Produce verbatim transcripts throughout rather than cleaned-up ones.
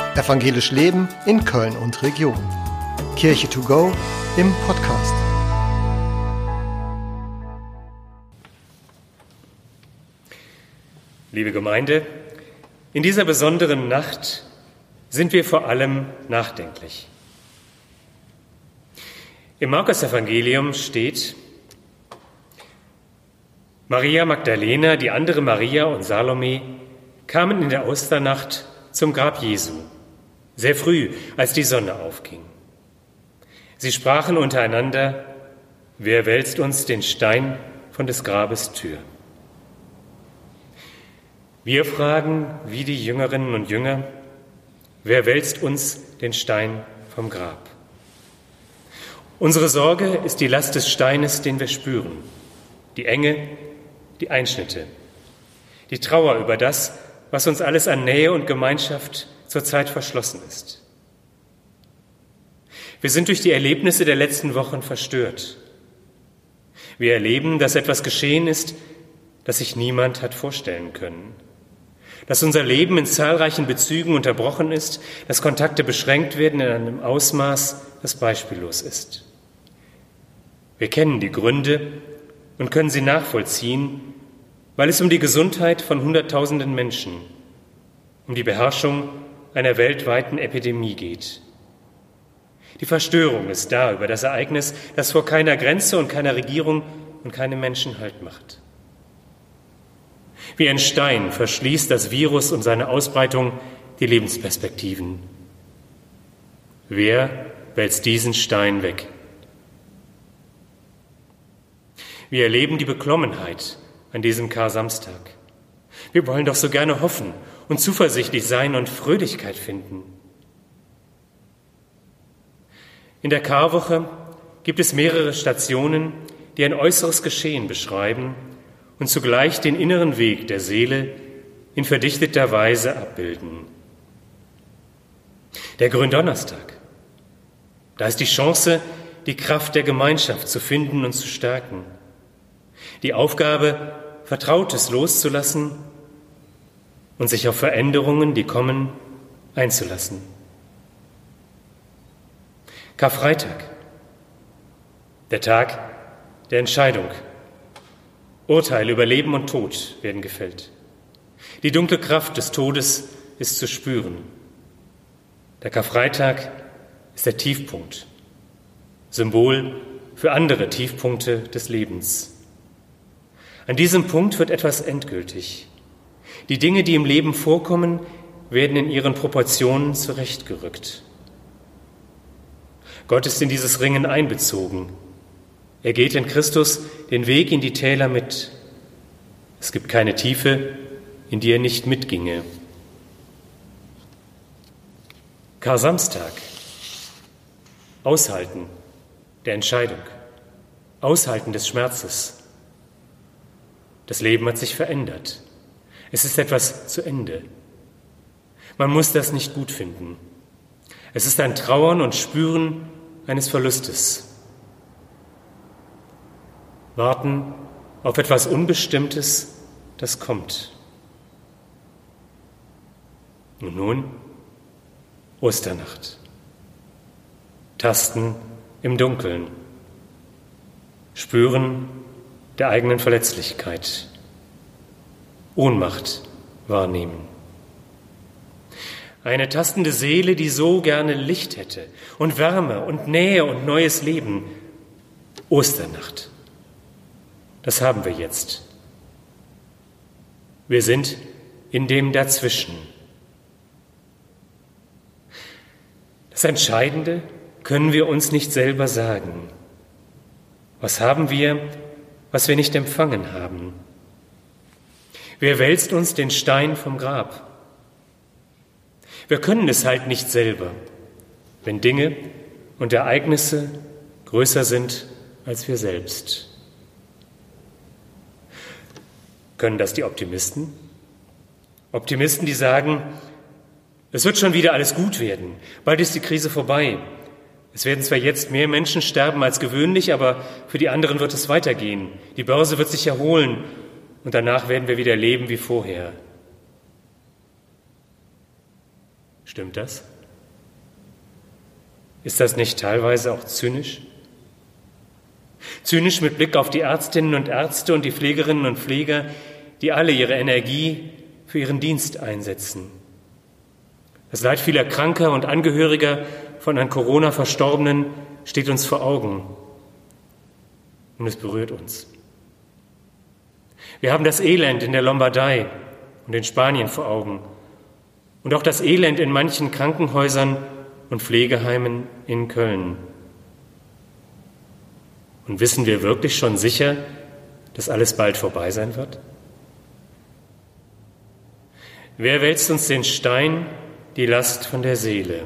Evangelisch Leben in Köln und Region. Kirche to go im Podcast. Liebe Gemeinde, in dieser besonderen Nacht sind wir vor allem nachdenklich. Im Markus-Evangelium steht: Maria Magdalena, die andere Maria und Salome kamen in der Osternacht zum Grab Jesu, sehr früh, als die Sonne aufging. Sie sprachen untereinander: Wer wälzt uns den Stein von des Grabes Tür? Wir fragen, wie die Jüngerinnen und Jünger: Wer wälzt uns den Stein vom Grab? Unsere Sorge ist die Last des Steines, den wir spüren, die Enge, die Einschnitte, die Trauer über das, was uns alles an Nähe und Gemeinschaft zurzeit verschlossen ist. Wir sind durch die Erlebnisse der letzten Wochen verstört. Wir erleben, dass etwas geschehen ist, das sich niemand hat vorstellen können. Dass unser Leben in zahlreichen Bezügen unterbrochen ist, dass Kontakte beschränkt werden in einem Ausmaß, das beispiellos ist. Wir kennen die Gründe und können sie nachvollziehen, weil es um die Gesundheit von Hunderttausenden Menschen, um die Beherrschung einer weltweiten Epidemie geht. Die Verstörung ist da über das Ereignis, das vor keiner Grenze und keiner Regierung und keinem Menschen Halt macht. Wie ein Stein verschließt das Virus und seine Ausbreitung die Lebensperspektiven. Wer wälzt diesen Stein weg? Wir erleben die Beklommenheit an diesem Kar-Samstag. Wir wollen doch so gerne hoffen und zuversichtlich sein und Fröhlichkeit finden. In der Karwoche gibt es mehrere Stationen, die ein äußeres Geschehen beschreiben und zugleich den inneren Weg der Seele in verdichteter Weise abbilden. Der Gründonnerstag. Da ist die Chance, die Kraft der Gemeinschaft zu finden und zu stärken. Die Aufgabe, Vertrautes loszulassen und sich auf Veränderungen, die kommen, einzulassen. Karfreitag, der Tag der Entscheidung. Urteile über Leben und Tod werden gefällt. Die dunkle Kraft des Todes ist zu spüren. Der Karfreitag ist der Tiefpunkt, Symbol für andere Tiefpunkte des Lebens. An diesem Punkt wird etwas endgültig. Die Dinge, die im Leben vorkommen, werden in ihren Proportionen zurechtgerückt. Gott ist in dieses Ringen einbezogen. Er geht in Christus den Weg in die Täler mit. Es gibt keine Tiefe, in die er nicht mitginge. Kar-Samstag. Aushalten der Entscheidung. Aushalten des Schmerzes. Das Leben hat sich verändert. Es ist etwas zu Ende. Man muss das nicht gut finden. Es ist ein Trauern und Spüren eines Verlustes. Warten auf etwas Unbestimmtes, das kommt. Und nun Osternacht. Tasten im Dunkeln. Spüren der eigenen Verletzlichkeit. Ohnmacht wahrnehmen. Eine tastende Seele, die so gerne Licht hätte und Wärme und Nähe und neues Leben. Osternacht. Das haben wir jetzt. Wir sind in dem Dazwischen. Das Entscheidende können wir uns nicht selber sagen. Was haben wir, was wir nicht empfangen haben? Wer wälzt uns den Stein vom Grab? Wir können es halt nicht selber, wenn Dinge und Ereignisse größer sind als wir selbst. Können das die Optimisten? Optimisten, die sagen, es wird schon wieder alles gut werden, bald ist die Krise vorbei. Es werden zwar jetzt mehr Menschen sterben als gewöhnlich, aber für die anderen wird es weitergehen. Die Börse wird sich erholen und danach werden wir wieder leben wie vorher. Stimmt das? Ist das nicht teilweise auch zynisch? Zynisch mit Blick auf die Ärztinnen und Ärzte und die Pflegerinnen und Pfleger, die alle ihre Energie für ihren Dienst einsetzen. Das Leid vieler Kranker und Angehöriger von an Corona Verstorbenen steht uns vor Augen und es berührt uns. Wir haben das Elend in der Lombardei und in Spanien vor Augen und auch das Elend in manchen Krankenhäusern und Pflegeheimen in Köln. Und wissen wir wirklich schon sicher, dass alles bald vorbei sein wird? Wer wälzt uns den Stein, die Last von der Seele?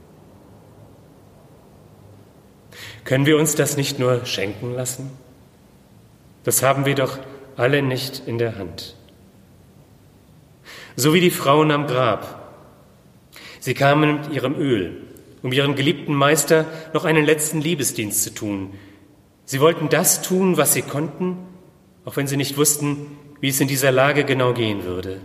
Können wir uns das nicht nur schenken lassen? Das haben wir doch alle nicht in der Hand. So wie die Frauen am Grab. Sie kamen mit ihrem Öl, um ihrem geliebten Meister noch einen letzten Liebesdienst zu tun. Sie wollten das tun, was sie konnten, auch wenn sie nicht wussten, wie es in dieser Lage genau gehen würde.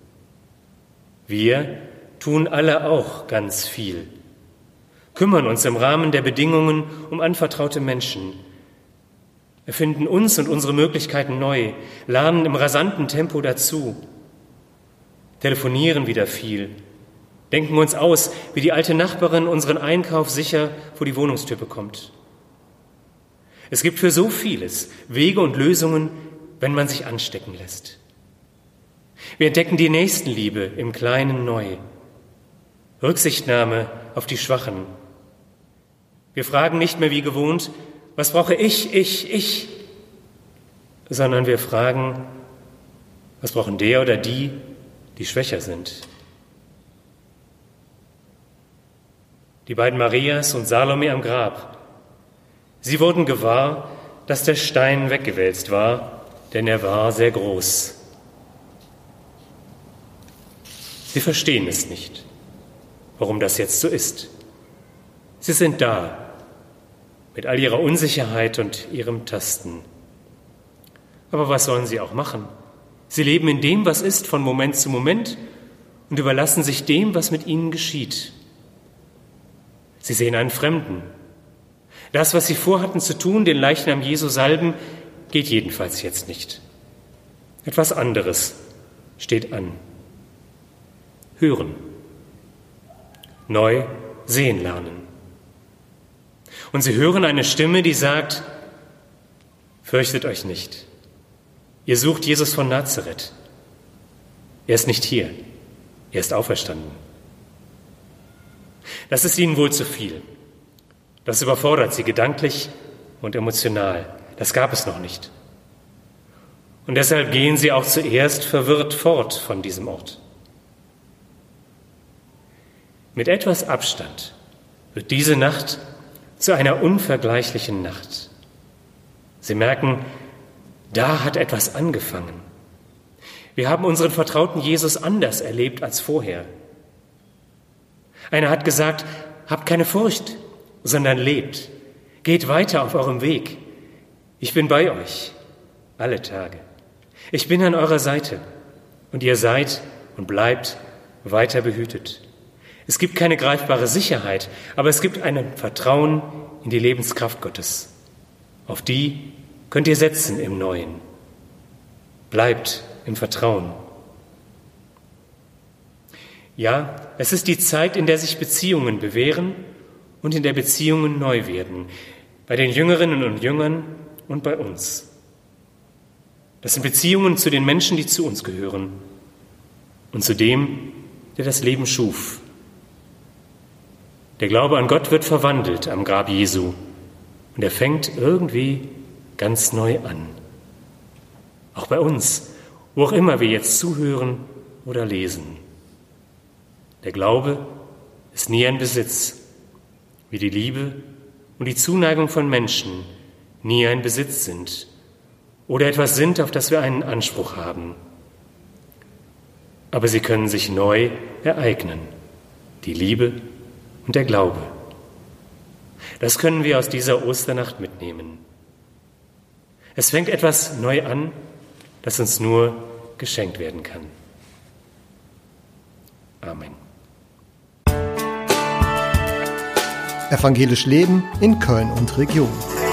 Wir tun alle auch ganz viel, kümmern uns im Rahmen der Bedingungen um anvertraute Menschen, erfinden uns und unsere Möglichkeiten neu, lernen im rasanten Tempo dazu, telefonieren wieder viel, denken uns aus, wie die alte Nachbarin unseren Einkauf sicher vor die Wohnungstür bekommt. Es gibt für so vieles Wege und Lösungen, wenn man sich anstecken lässt. Wir entdecken die Nächstenliebe im Kleinen neu, Rücksichtnahme auf die Schwachen. Wir fragen nicht mehr wie gewohnt, was brauche ich, ich, ich, sondern wir fragen, was brauchen der oder die, die schwächer sind. Die beiden Marias und Salome am Grab. Sie wurden gewahr, dass der Stein weggewälzt war, denn er war sehr groß. Sie verstehen es nicht, warum das jetzt so ist. Sie sind da, mit all ihrer Unsicherheit und ihrem Tasten. Aber was sollen sie auch machen? Sie leben in dem, was ist, von Moment zu Moment und überlassen sich dem, was mit ihnen geschieht. Sie sehen einen Fremden. Das, was sie vorhatten zu tun, den Leichnam Jesu salben, geht jedenfalls jetzt nicht. Etwas anderes steht an. Hören. Neu sehen lernen. Und sie hören eine Stimme, die sagt, fürchtet euch nicht. Ihr sucht Jesus von Nazareth. Er ist nicht hier. Er ist auferstanden. Das ist ihnen wohl zu viel. Das überfordert sie gedanklich und emotional. Das gab es noch nicht. Und deshalb gehen sie auch zuerst verwirrt fort von diesem Ort. Mit etwas Abstand wird diese Nacht zu einer unvergleichlichen Nacht. Sie merken, da hat etwas angefangen. Wir haben unseren vertrauten Jesus anders erlebt als vorher. Einer hat gesagt, habt keine Furcht, sondern lebt. Geht weiter auf eurem Weg. Ich bin bei euch, alle Tage. Ich bin an eurer Seite und ihr seid und bleibt weiter behütet. Es gibt keine greifbare Sicherheit, aber es gibt ein Vertrauen in die Lebenskraft Gottes. Auf die könnt ihr setzen im Neuen. Bleibt im Vertrauen. Ja, es ist die Zeit, in der sich Beziehungen bewähren und in der Beziehungen neu werden. Bei den Jüngerinnen und Jüngern und bei uns. Das sind Beziehungen zu den Menschen, die zu uns gehören und zu dem, der das Leben schuf. Der Glaube an Gott wird verwandelt am Grab Jesu und er fängt irgendwie ganz neu an. Auch bei uns, wo auch immer wir jetzt zuhören oder lesen. Der Glaube ist nie ein Besitz, wie die Liebe und die Zuneigung von Menschen nie ein Besitz sind oder etwas sind, auf das wir einen Anspruch haben. Aber sie können sich neu ereignen, die Liebe und der Glaube. Das können wir aus dieser Osternacht mitnehmen. Es fängt etwas neu an, das uns nur geschenkt werden kann. Amen. Evangelisch Leben in Köln und Region.